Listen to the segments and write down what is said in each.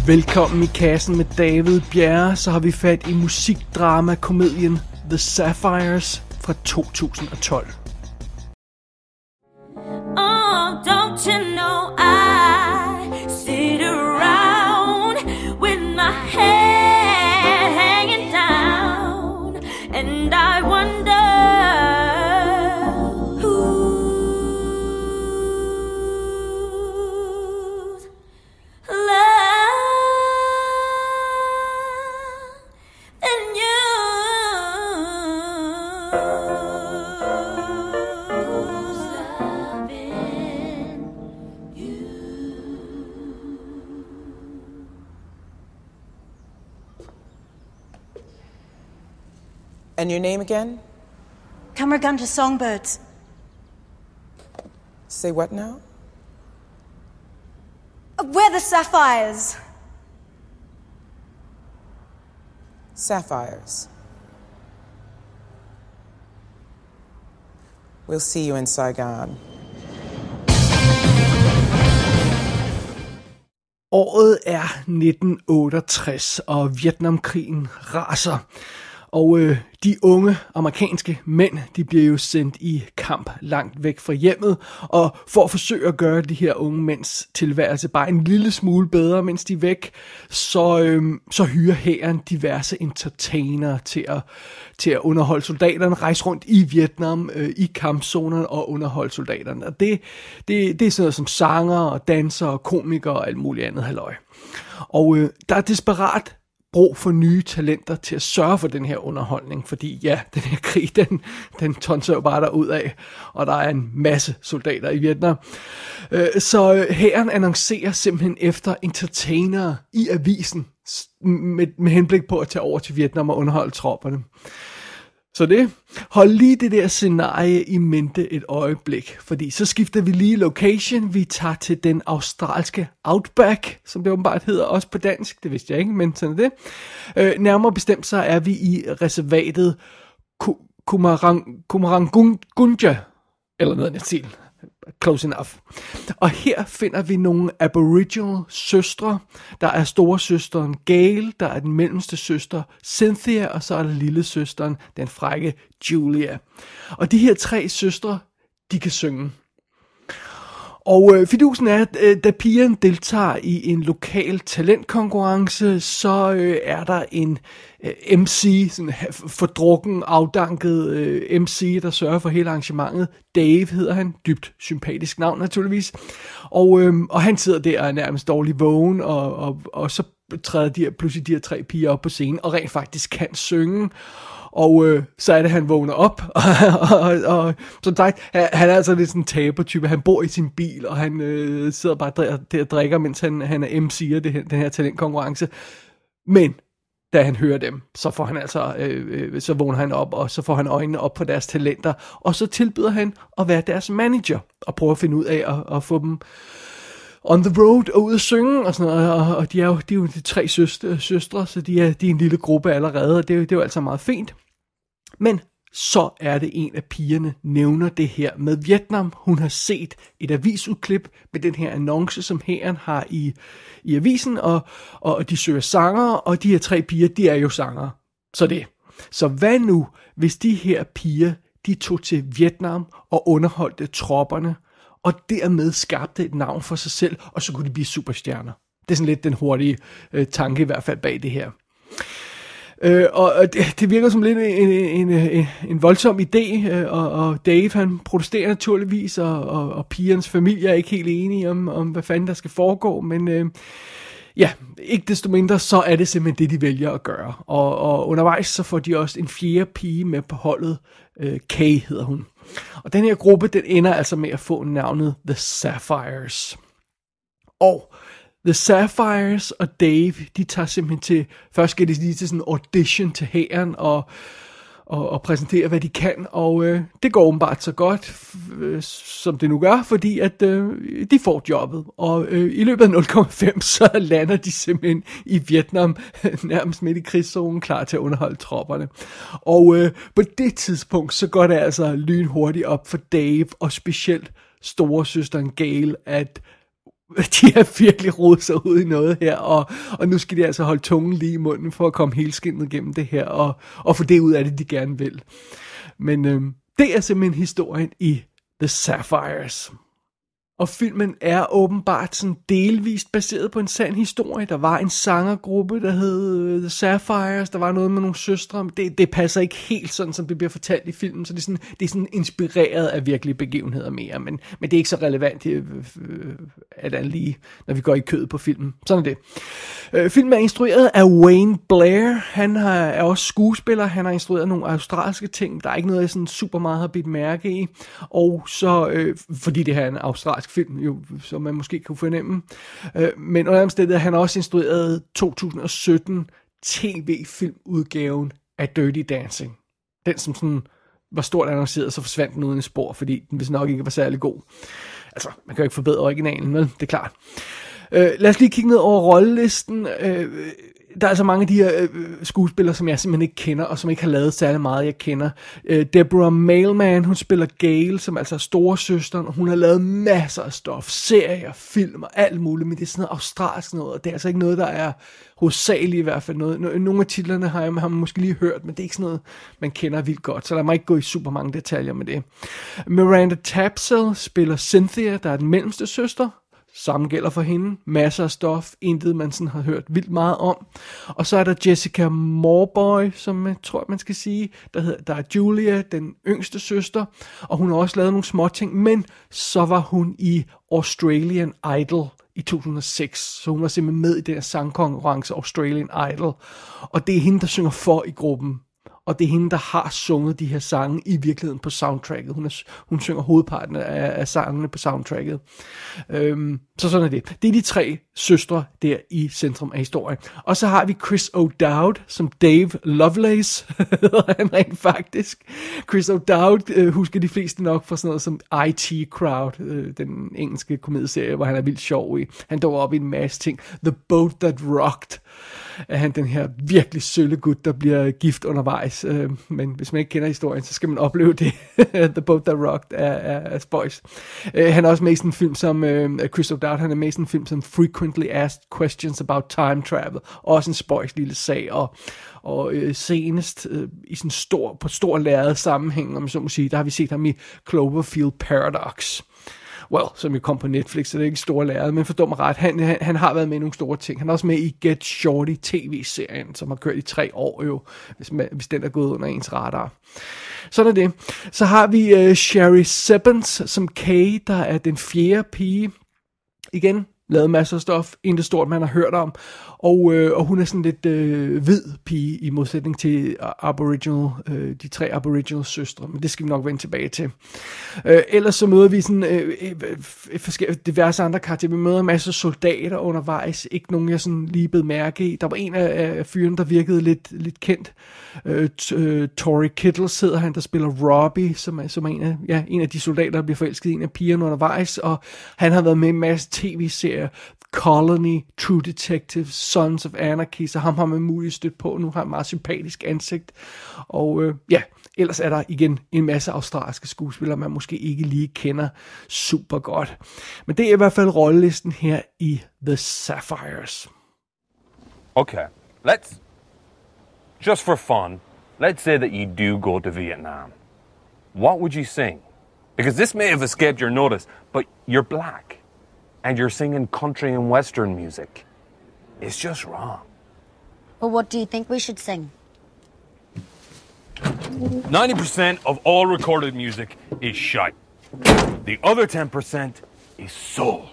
Velkommen i kassen med David Bjerre, så har vi fat i musikdrama-komedien The Sapphires fra 2012. Oh, don't you know I sit around with my head hanging down, and I wonder who's love than you. And your name again? Kamargunta Songbirds. Say what now? We're the Sapphires. Sapphires. We'll see you in Saigon. Året er 1968, og Vietnamkrigen raser. Og de unge amerikanske mænd, de bliver jo sendt i kamp langt væk fra hjemmet, og for at forsøge at gøre de her unge mænds tilværelse bare en lille smule bedre, mens de er væk, så hyrer hæren diverse entertainere til at underholde soldaterne, rejse rundt i Vietnam, i kampzonerne og underholde soldaterne. Og det er sådan noget som sanger og dansere og komikere og alt muligt andet halløj. Og der er desperat brug for nye talenter til at sørge for den her underholdning, fordi ja, den her krig, den tonser jo bare derudad, og der er en masse soldater i Vietnam. Så hæren annoncerer simpelthen efter entertainere i avisen, med henblik på at tage over til Vietnam og underholde tropperne. Så hold lige det der scenarie i mente et øjeblik, fordi så skifter vi lige location. Vi tager til den australske Outback, som det åbenbart hedder også på dansk. Det vidste jeg ikke, men sådan er det. Nærmere bestemt så er vi i reservatet Kumarangunja, eller noget af den stil. Close enough. Og her finder vi nogle aboriginal søstre. Der er storesøsteren Gail, der er den mellemste søster Cynthia, og så er der lille søsteren, den frække Julia. Og de her tre søstre, de kan synge. Og fidusen er, at da pigerne deltager i en lokal talentkonkurrence, så er der en MC, sådan fordrukken, afdanket MC, der sørger for hele arrangementet. Dave hedder han, dybt sympatisk navn naturligvis. Og han sidder der og er nærmest dårlig vågen, og så træder pludselig de her tre piger op på scenen, og rent faktisk kan synge. Og så er det, han vågner op, og som sagt, han er altså lidt sådan en tabertype. Han bor i sin bil, og han sidder bare og drikker, mens han er MC'er den her talentkonkurrence. Men da han hører dem, så får han altså, så vågner han op, og så får han øjnene op på deres talenter, og så tilbyder han at være deres manager, og prøve at finde ud af at få dem on the road og ud at synge og sådan noget, og de er jo de tre søstre, så de er en lille gruppe allerede, og det er jo altså meget fint. Men så er det en af pigerne nævner det her med Vietnam. Hun har set et avisudklip med den her annonce, som hæren har i avisen, og de søger sangere, og de her tre piger, de er jo sangere. Så hvad nu, hvis de her piger, de tog til Vietnam og underholdte tropperne, og dermed skabte et navn for sig selv, og så kunne de blive superstjerner. Det er sådan lidt den hurtige tanke i hvert fald bag det her. Og det virker som lidt en voldsom idé, og Dave han protesterer naturligvis, og pigernes familie er ikke helt enige om hvad fanden der skal foregå, men ja, ikke desto mindre, så er det simpelthen det, de vælger at gøre. Og undervejs så får de også en fjerde pige med på holdet, Kay hedder hun. Og den her gruppe, den ender altså med at få navnet The Sapphires. Og The Sapphires og Dave, de tager simpelthen først skal de lige til sådan en audition til hæren og præsentere, hvad de kan, og det går åbenbart så godt, som det nu gør, fordi at de får jobbet, og i løbet af 0,5, så lander de simpelthen i Vietnam, nærmest midt i krigszonen, klar til at underholde tropperne. Og på det tidspunkt, så går det altså lynhurtigt op for Dave, og specielt storesøsteren Gail, at De har virkelig rodet sig ud i noget her, og nu skal de altså holde tungen lige i munden for at komme helskindet gennem det her, og få det ud af det, de gerne vil. Men det er simpelthen historien i The Sapphires. Og filmen er åbenbart sådan delvist baseret på en sand historie. Der var en sangergruppe, der hed The Sapphires. Der var noget med nogle søstre. Det passer ikke helt sådan, som det bliver fortalt i filmen. Så det er sådan inspireret af virkelige begivenheder mere. Men det er ikke så relevant, at det lige, når vi går i kødet på filmen. Sådan er det. Filmen er instrueret af Wayne Blair. Han er også skuespiller. Han har instrueret nogle australske ting. Der er ikke noget, jeg sådan super meget har bidt mærke i. Og så, fordi det her er en australsk film, jo, som man måske kan fornemme. Men under omstændigheder han har også instrueret 2017 tv-filmudgaven af Dirty Dancing. Den som sådan var stort annonceret, så forsvandt den uden et spor, fordi den vist nok ikke var særlig god. Altså, man kan jo ikke forbedre originalen, vel? Det er klart. Lad os lige kigge ned over rollelisten. Der er altså mange af de her skuespillere, som jeg simpelthen ikke kender, og som ikke har lavet særlig meget, jeg kender. Deborah Mailman, hun spiller Gail, som altså er storesøsteren, og hun har lavet masser af stof, serier, film og alt muligt, men det er sådan noget australsk noget, og det er altså ikke noget, der er hovedsageligt i hvert fald noget. Nogle af titlerne har man måske lige hørt, men det er ikke sådan noget, man kender vildt godt, så lad mig ikke gå i super mange detaljer med det. Miranda Tapsell spiller Cynthia, der er den mellemste søster. Samme gælder for hende. Masser af stof. Intet man sådan har hørt vildt meget om. Og så er der Jessica Mauboy, som jeg tror man skal sige. Der er Julia, den yngste søster. Og hun har også lavet nogle små ting. Men så var hun i Australian Idol i 2006. Så hun var simpelthen med i den her sangkonkurrence Australian Idol. Og det er hende, der synger for i gruppen. Og det er hende, der har sunget de her sange i virkeligheden på soundtracket. Hun synger hovedparten af sangene på soundtracket. Så sådan er det. Det er de 3 søstre der i centrum af historien. Og så har vi Chris O'Dowd som Dave Lovelace. hedder han rent faktisk. Chris O'Dowd husker de fleste nok fra sådan noget som IT Crowd. Den engelske komedieserie, hvor han er vildt sjov i. Han dukker op i en masse ting. The Boat That Rocked. Er han den her virkelig sølle gut, der bliver gift undervejs. Men hvis man ikke kender historien, så skal man opleve det. The Boat That Rocked er spøjs. Han er også med i sådan en film som Chris O'Dowd, han er med i sådan en film som Frequently Asked Questions About Time Travel. Også en spøjs lille sag. Og senest i sådan på stor lærred sammenhæng, om så må sige, der har vi set ham i Cloverfield Paradox. Well, som jo kom på Netflix, så det er ikke store lærred, men forstår mig ret, han har været med i nogle store ting. Han er også med i Get Shorty tv-serien, som har kørt i 3 år jo, hvis den er gået under ens radar. Sådan er det. Så har vi Sherry Sebens som Kay, der er den 4. pige. Igen, lavet masser af stof, intet stort, man har hørt om. Og hun er sådan lidt hvid pige i modsætning til de 3 Aboriginal søstre, men det skal vi nok vende tilbage til. Ellers så møder vi sådan diverse andre karakterer. Vi møder en masse soldater undervejs, ikke nogen jeg sådan lige bed mærke i. Der var en af fyrene, der virkede lidt kendt. Tory Kittle sidder han, der spiller Robbie, som er en af de soldater, der bliver forelsket i en af pigerne undervejs, og han har været med i en masse tv-serier. Colony, True Detective, Sons of Anarchy, så ham har man muligt stødt på. Nu har han meget sympatisk ansigt. Og ellers er der igen en masse australske skuespillere, man måske ikke lige kender super godt. Men det er i hvert fald rollelisten her i The Sapphires. Okay, just for fun, let's say that you do go to Vietnam. What would you sing? Because this may have escaped your notice, but you're black. And you're singing country and western music. It's just wrong. Well, what do you think we should sing? 90% of all recorded music is shite. The other 10% is soul.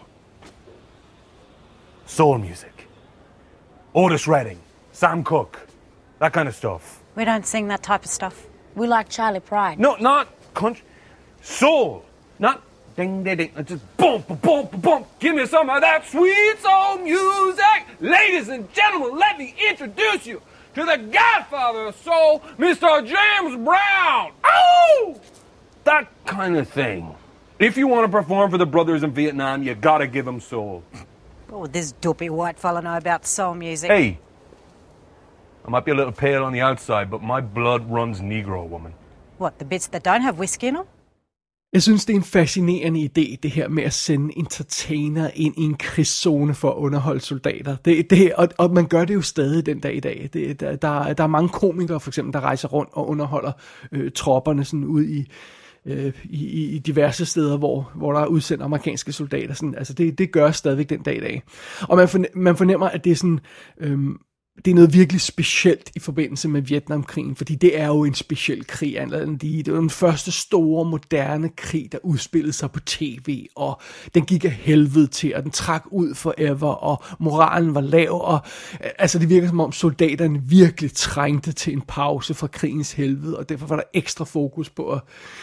Soul music. Otis Redding, Sam Cooke, that kind of stuff. We don't sing that type of stuff. We like Charlie Pride. No, not country. Soul, not ding, ding, ding. Just boom, boom, boom, boom. Give me some of that sweet soul music. Ladies and gentlemen, let me introduce you to the godfather of soul, Mr. James Brown. Oh! That kind of thing. If you want to perform for the brothers in Vietnam, you gotta give them soul. What would this dopey white fella know about soul music? Hey, I might be a little pale on the outside, but my blood runs Negro, woman. What, the bits that don't have whiskey in them? Jeg synes, det er en fascinerende idé, det her med at sende entertainer ind i en krigszone for at underholde soldater. Og man gør det jo stadig den dag i dag. Der er mange komikere, for eksempel, der rejser rundt og underholder tropperne sådan ude i diverse steder, hvor der er udsendt amerikanske soldater. Sådan, altså det gør stadigvæk den dag i dag. Og man fornemmer, at det er sådan... det er noget virkelig specielt i forbindelse med Vietnamkrigen, fordi det er jo en speciel krig. Det var den første store, moderne krig, der udspillede sig på tv, og den gik af helvede til, og den trak ud forever, og moralen var lav, og altså det virker som om soldaterne virkelig trængte til en pause fra krigens helvede, og derfor var der ekstra fokus på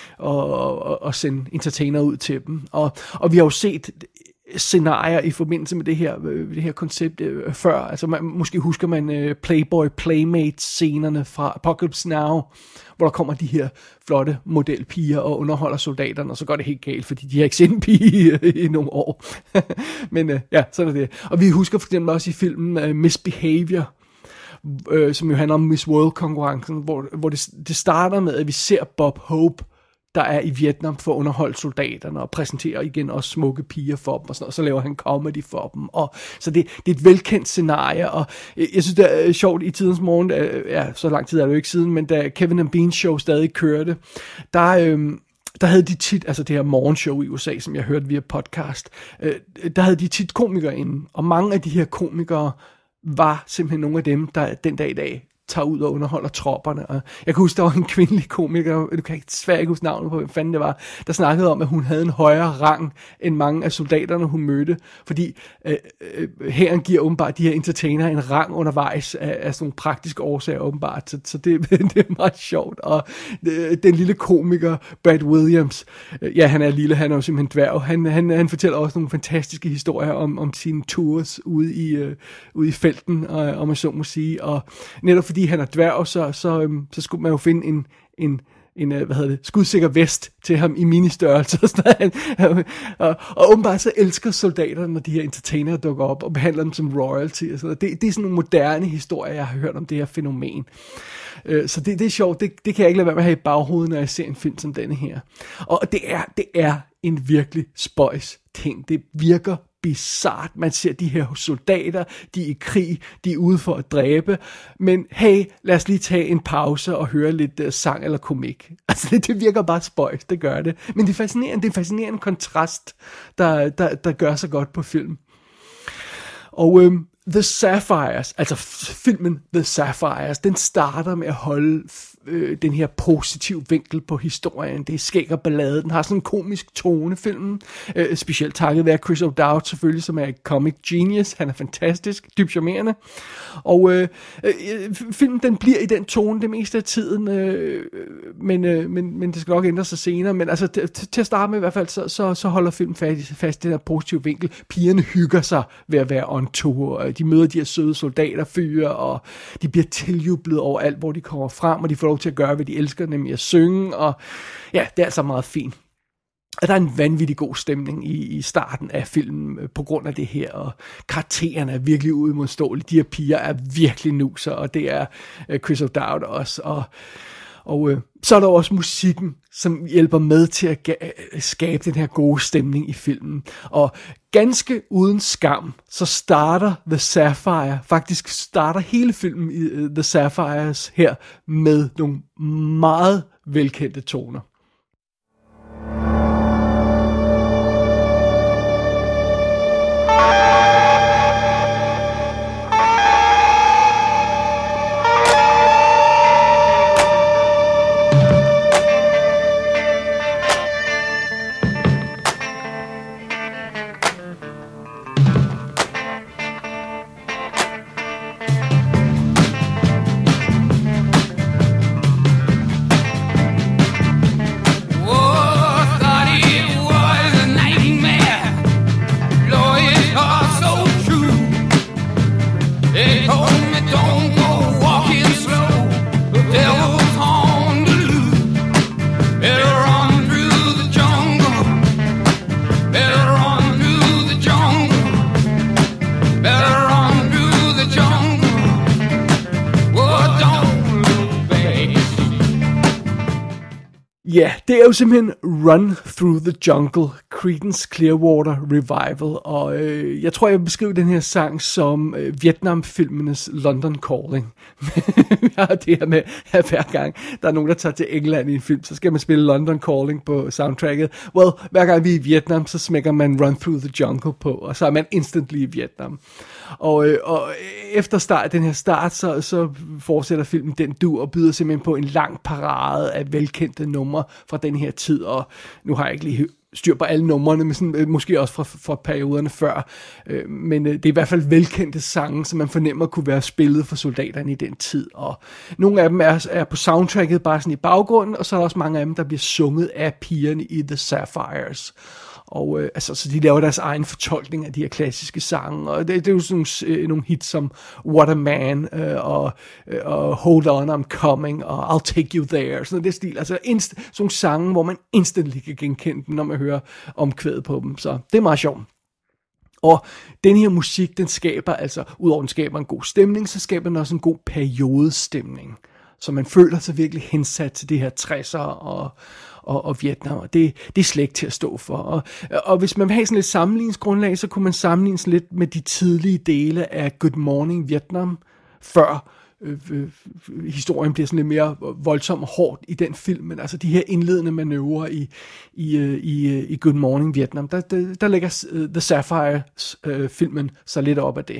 at sende entertainer ud til dem. Og vi har jo set scenarier i forbindelse med det her koncept før. Altså måske husker man Playboy Playmate scenerne fra Apocalypse Now, hvor der kommer de her flotte modelpiger og underholder soldaterne, og så går det helt galt, fordi de har ikke set en pige i nogle år. Men ja, sådan er det. Og vi husker for eksempel også i filmen Misbehavior, som jo handler om Miss World-konkurrencen, hvor det starter med, at vi ser Bob Hope, der er i Vietnam for at underholde soldaterne og præsentere igen også smukke piger for dem og sådan noget, og så laver han comedy for dem. Og så det er et velkendt scenarie, og jeg synes, det er sjovt i tidens morgen, ja, så lang tid er det jo ikke siden, men da Kevin and Bean show stadig kørte, der havde de tit, altså det her morgenshow i USA, som jeg hørte via podcast, der havde de tit komikere inde, og mange af de her komikere var simpelthen nogle af dem, der den dag i dag tager ud og underholder tropperne. Og jeg kan huske, der var en kvindelig komiker, du kan svært ikke huske navnet på, hvem fanden det var, der snakkede om, at hun havde en højere rang end mange af soldaterne, hun mødte, fordi hæren giver åbenbart de her entertainer en rang undervejs af sådan nogle praktiske årsager åbenbart, så det er meget sjovt. Og den lille komiker, Brad Williams, ja, han er lille, han er jo simpelthen dværg, han fortæller også nogle fantastiske historier om sine tours ude i felten, om man så må sige, og netop fordi han er dværg, så skulle man jo finde en skudsikker vest til ham i ministørrelse. Og åbenbart så elsker soldaterne, når de her entertainere dukker op og behandler dem som royalty. Og sådan. Det er sådan nogle moderne historier, jeg har hørt om det her fænomen. Så det er sjovt. Det kan jeg ikke lade være med at have i baghovedet, når jeg ser en film som denne her. Og det er en virkelig spøjs ting. Det virker bizarrt. Man ser de her soldater, de er i krig, de er ude for at dræbe, men hey, lad os lige tage en pause og høre lidt sang eller komik. Altså det virker bare spøjs, det gør det. Men det er en fascinerende kontrast, der gør sig godt på film. Og The Sapphires, altså filmen The Sapphires, den starter med at holde den her positiv vinkel på historien. Det er skæg og ballade. Den har sådan en komisk tone, filmen. Specielt takket være Chris O'Dowd selvfølgelig, som er et comic genius. Han er fantastisk, dybt charmerende. Og filmen, den bliver i den tone det meste af tiden, men det skal nok ændre sig senere. Men altså, til at starte med i hvert fald, så holder filmen fast i den her positive vinkel. Pigerne hygger sig ved at være on tour. De møder de her søde soldaterfyre, og de bliver tiljublet over alt, hvor de kommer frem, og de får lov til at gøre, hvad de elsker, nemlig at synge, og ja, det er altså meget fint. Og der er en vanvittig god stemning i starten af filmen på grund af det her, og karaktererne er virkelig uimodståelige. De her piger er virkelig nuser, og det er Chris O'Dowd også, og så er der også musikken, som hjælper med til at skabe den her gode stemning i filmen. Og ganske uden skam, så starter The Sapphire, faktisk starter hele filmen i The Sapphires her med nogle meget velkendte toner. Ja, det er jo simpelthen Run Through the Jungle, Creedence Clearwater Revival, og jeg tror, jeg vil beskrive den her sang som Vietnam-filmenes London Calling. Ja, det her med, at hver gang der er nogen, der tager til England i en film, så skal man spille London Calling på soundtracket. Well, hver gang vi er i Vietnam, så smækker man Run Through the Jungle på, og så er man instantly i Vietnam. Og efter den her start, så fortsætter filmen den dur og byder simpelthen på en lang parade af velkendte numre fra den her tid, og nu har jeg ikke lige styr på alle numrene, men sådan, måske også fra perioderne før, men det er i hvert fald velkendte sange, som man fornemmer kunne være spillet for soldaterne i den tid, og nogle af dem er på soundtracket bare sådan i baggrunden, og så er der også mange af dem, der bliver sunget af pigerne i The Sapphires. Og så de laver deres egen fortolkning af de her klassiske sange, og det er jo sådan nogle hits som What a Man, og Hold On, I'm Coming, og I'll Take You There, sådan det stil, altså sådan nogle sange, hvor man instantly kan genkende dem, når man hører omkvædet på dem, så det er meget sjovt. Og den her musik, den skaber altså, udover den skaber en god stemning, så skaber den også en god periodestemning, så man føler sig virkelig hensat til det her 60'er og Vietnam, og det er slet ikke til at stå for. Og hvis man vil have sådan lidt sammenligningsgrundlag, så kunne man sammenligne lidt med de tidlige dele af Good Morning Vietnam, før historien bliver sådan lidt mere voldsom og hård i den film, men altså de her indledende manøvrer i Good Morning Vietnam, der lægger The Sapphires filmen så lidt op af det.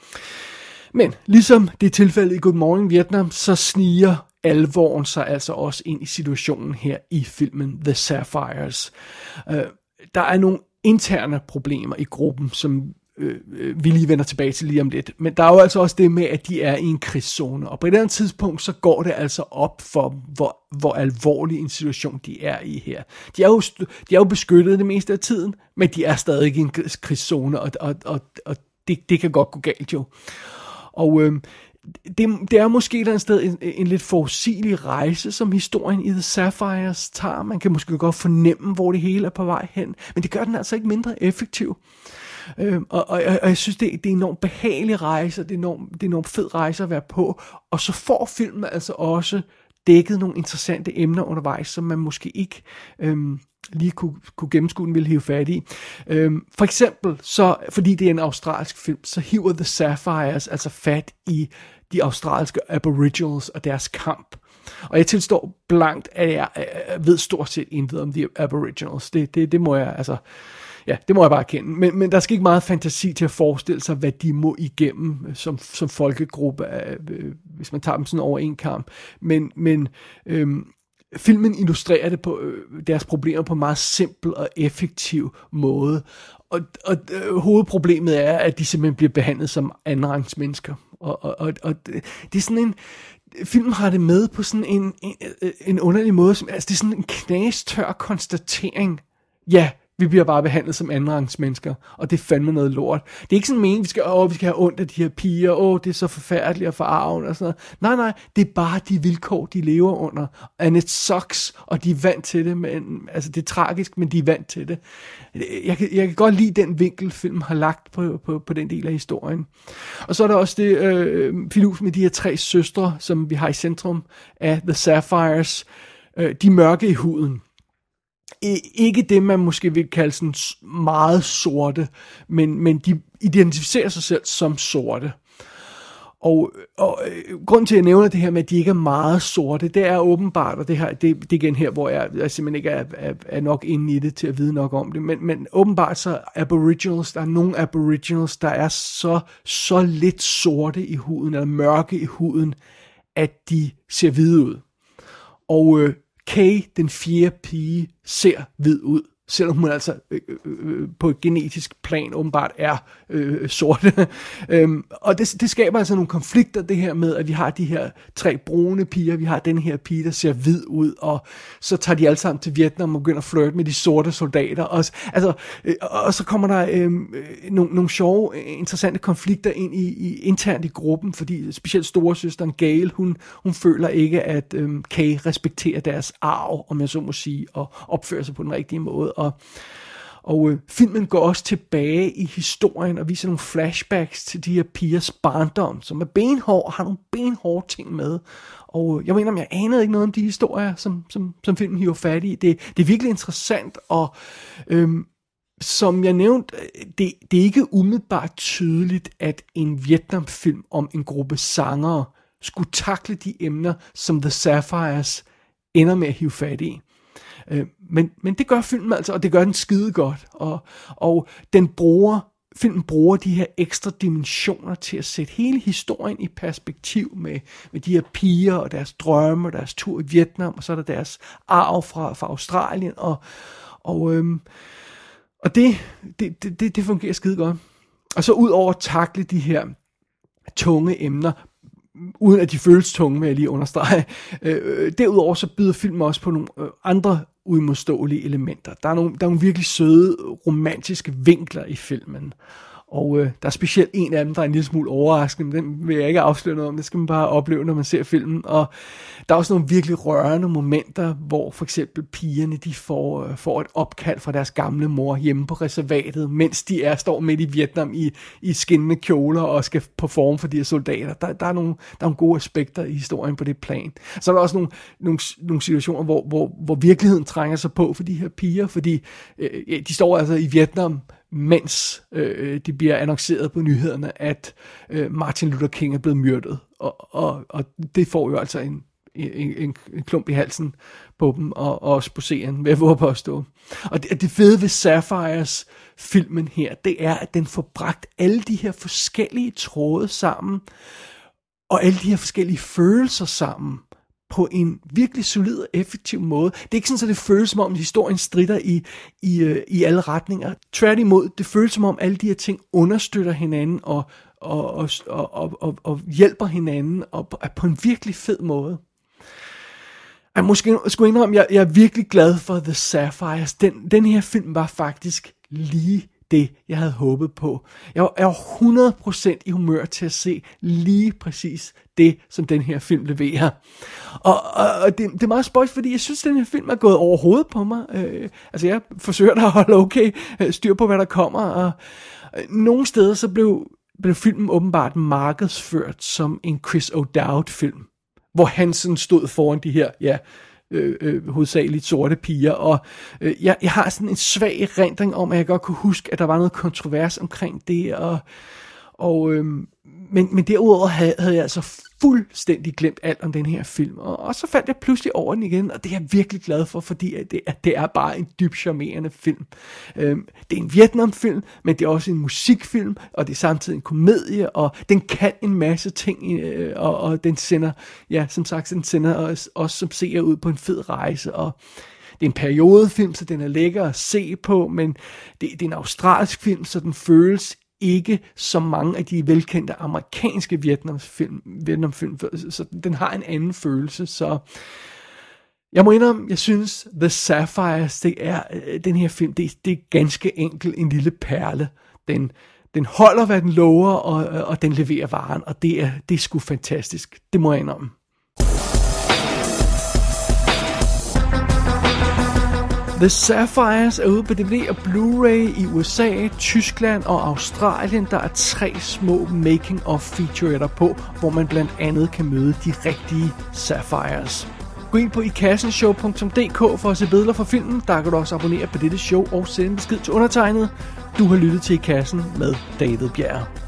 Men ligesom det er tilfældet i Good Morning Vietnam, så sniger alvoren sig altså også ind i situationen her i filmen The Sapphires. Der er nogle interne problemer i gruppen, som vi lige vender tilbage til lige om lidt. Men der er jo altså også det med, at de er i en krigszone. Og på et andet tidspunkt, så går det altså op for, hvor alvorlig en situation de er i her. De er jo beskyttet det meste af tiden, men de er stadig i en krigszone, og det kan godt gå galt jo. Og det er måske et eller andet sted en lidt forudsigelig rejse, som historien i The Sapphires tager. Man kan måske godt fornemme, hvor det hele er på vej hen, men det gør den altså ikke mindre effektiv. Og jeg synes, det er en enormt behagelig rejse, og det er en enormt fed rejse at være på. Og så får filmen altså også dækket nogle interessante emner undervejs, som man måske ikke lige kunne gennemskue, den ville hive fat i. For eksempel, så, fordi det er en australsk film, så hiver The Sapphires altså fat i de australske aboriginals og deres kamp. Og jeg tilstår blankt, at jeg ved stort set intet om de aboriginals. Det må jeg altså... Ja, det må jeg bare erkende. Men der skal ikke meget fantasi til at forestille sig, hvad de må igennem som folkegruppe, hvis man tager dem sådan over en kamp. Men filmen illustrerer det på deres problemer på en meget simpel og effektiv måde. Og hovedproblemet er, at de simpelthen bliver behandlet som andenrangsmennesker. Og det er sådan en... Filmen har det med på sådan en underlig måde. Altså det er sådan en knastør konstatering. Ja, vi bliver bare behandlet som andenrangsmennesker, og det er fandme noget lort. Det er ikke sådan meningen, vi skal have ondt af de her piger, det er så forfærdeligt og forarvende og sådan noget. Nej, det er bare de vilkår, de lever under, and it sucks, og de er vant til det, men, altså det er tragisk, men de er vant til det. Jeg kan godt lide den vinkel, filmen har lagt på den del af historien. Og så er der også det filus med de her 3 søstre, som vi har i centrum af The Sapphires, de mørke i huden. Ikke det, man måske vil kalde sådan meget sorte, men de identificerer sig selv som sorte. Og grunden til, at jeg nævner det her med, at de ikke er meget sorte, det er åbenbart, og det er igen her, hvor jeg simpelthen ikke er nok inde i det til at vide nok om det, men åbenbart så aboriginals, der er nogle aboriginals, der er så lidt sorte i huden, eller mørke i huden, at de ser hvide ud. Og Kay, den 4. pige, ser hvid ud, selvom hun altså på et genetisk plan åbenbart er sorte. Og det skaber altså nogle konflikter, det her med, at vi har de her 3 brune piger, vi har den her pige, der ser hvid ud, og så tager de alle sammen til Vietnam og begynder at flirte med de sorte soldater. Og så kommer der nogle sjove, interessante konflikter ind internt i gruppen, fordi specielt storesøsteren Gail, hun føler ikke, at Kay respekterer deres arv, om jeg så må sige, og opfører sig på den rigtige måde. Og filmen går også tilbage i historien og viser nogle flashbacks til de her pigers barndom, som er benhård og har nogle benhårde ting med. Og jeg mener, jeg anede ikke noget om de historier, som filmen hiver fat i. Det er virkelig interessant, og som jeg nævnte, det er ikke umiddelbart tydeligt, at en Vietnamfilm om en gruppe sangere skulle takle de emner, som The Sapphires ender med at hive fat i. Men det gør filmen altså, og det gør den skide godt. Og filmen bruger de her ekstra dimensioner til at sætte hele historien i perspektiv med de her piger og deres drømme og deres tur i Vietnam, og så er der deres arv fra Australien, og det fungerer skide godt. Og så ud over at takle de her tunge emner, uden at de føles tunge, vil jeg lige understrege. Derudover så byder filmen også på nogle andre uimodståelige elementer. Der er nogle virkelig søde, romantiske vinkler i filmen. Og der er specielt en af dem, der er en lille smule overraskende, men den vil jeg ikke afsløre noget om. Det skal man bare opleve, når man ser filmen. Og der er også nogle virkelig rørende momenter, hvor for eksempel pigerne, de får et opkald fra deres gamle mor hjemme på reservatet, mens de står midt i Vietnam i skinnende kjoler og skal performe for de her soldater. Der er nogle gode aspekter i historien på det plan. Så er der også nogle situationer, hvor virkeligheden trænger sig på for de her piger, fordi de står altså i Vietnam, mens det bliver annonceret på nyhederne, at Martin Luther King er blevet myrdet. Og det får jo altså en klump i halsen på dem, og også på serien, vil jeg våge påstå. Og det fede ved Sapphires filmen her, det er, at den får bragt alle de her forskellige tråde sammen, og alle de her forskellige følelser sammen, på en virkelig solid og effektiv måde. Det er ikke sådan, at det føles som om, historien stritter i alle retninger. Tværtimod, det føles som om, alle de her ting understøtter hinanden og hjælper hinanden og på en virkelig fed måde. Jeg måske skulle indrømme, jeg er virkelig glad for The Sapphires. Den her film var faktisk lige det, jeg havde håbet på. Jeg er 100% i humør til at se lige præcis det, som den her film leverer. Og det er meget spøjst, fordi jeg synes, den her film er gået over hovedet på mig. Altså, jeg forsøger da at holde styr på, hvad der kommer, og nogle steder så blev filmen åbenbart markedsført som en Chris O'Dowd-film, hvor han sådan stod foran de her, hovedsageligt sorte piger, og jeg har sådan en svag erindring om, at jeg godt kunne huske, at der var noget kontrovers omkring det, men derudover havde jeg altså fuldstændig glemt alt om den her film, og så faldt jeg pludselig over den igen, og det er jeg virkelig glad for, fordi det er bare en dybt charmerende film. Det er en Vietnamfilm, men det er også en musikfilm, og det er samtidig en komedie, og den kan en masse ting, og den sender, som sagt, den sender os som seere ud på en fed rejse, og det er en periodefilm, så den er lækker at se på, men det er en australsk film, så den føles ikke som mange af de velkendte amerikanske Vietnamfilm, så den har en anden følelse, så jeg må indrømme, jeg synes The Sapphires, den her film, det er ganske enkelt en lille perle. Den holder, hvad den lover, og den leverer varen, og det er sgu fantastisk, det må jeg indrømme. The Sapphires er ude på DVD og Blu-ray i USA, Tyskland og Australien. Der er 3 små making-of featuretter på, hvor man blandt andet kan møde de rigtige Sapphires. Gå ind på ikassenshow.dk for at se billeder fra filmen. Der kan du også abonnere på dette show og sende besked til undertegnet. Du har lyttet til I Kassen med David Bjerg.